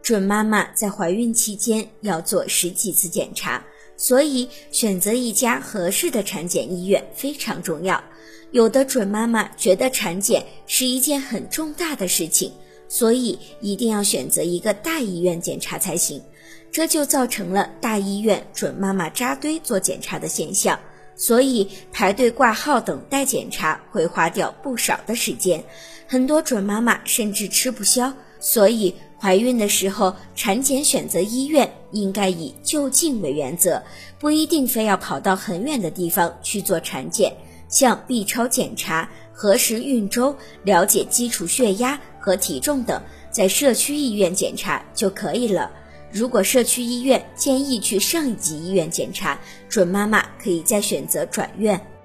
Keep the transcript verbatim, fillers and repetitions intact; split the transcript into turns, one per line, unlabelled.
准妈妈在怀孕期间要做十几次检查，所以选择一家合适的产检医院非常重要。有的准妈妈觉得产检是一件很重大的事情，所以一定要选择一个大医院检查才行，这就造成了大医院准妈妈扎堆做检查的现象，所以排队挂号等待检查会花掉不少的时间，很多准妈妈甚至吃不消。所以怀孕的时候，产检选择医院应该以就近为原则，不一定非要跑到很远的地方去做产检，像 B 超检查、核实孕周、了解基础血压和体重等，在社区医院检查就可以了。如果社区医院建议去上一级医院检查，准妈妈可以再选择转院。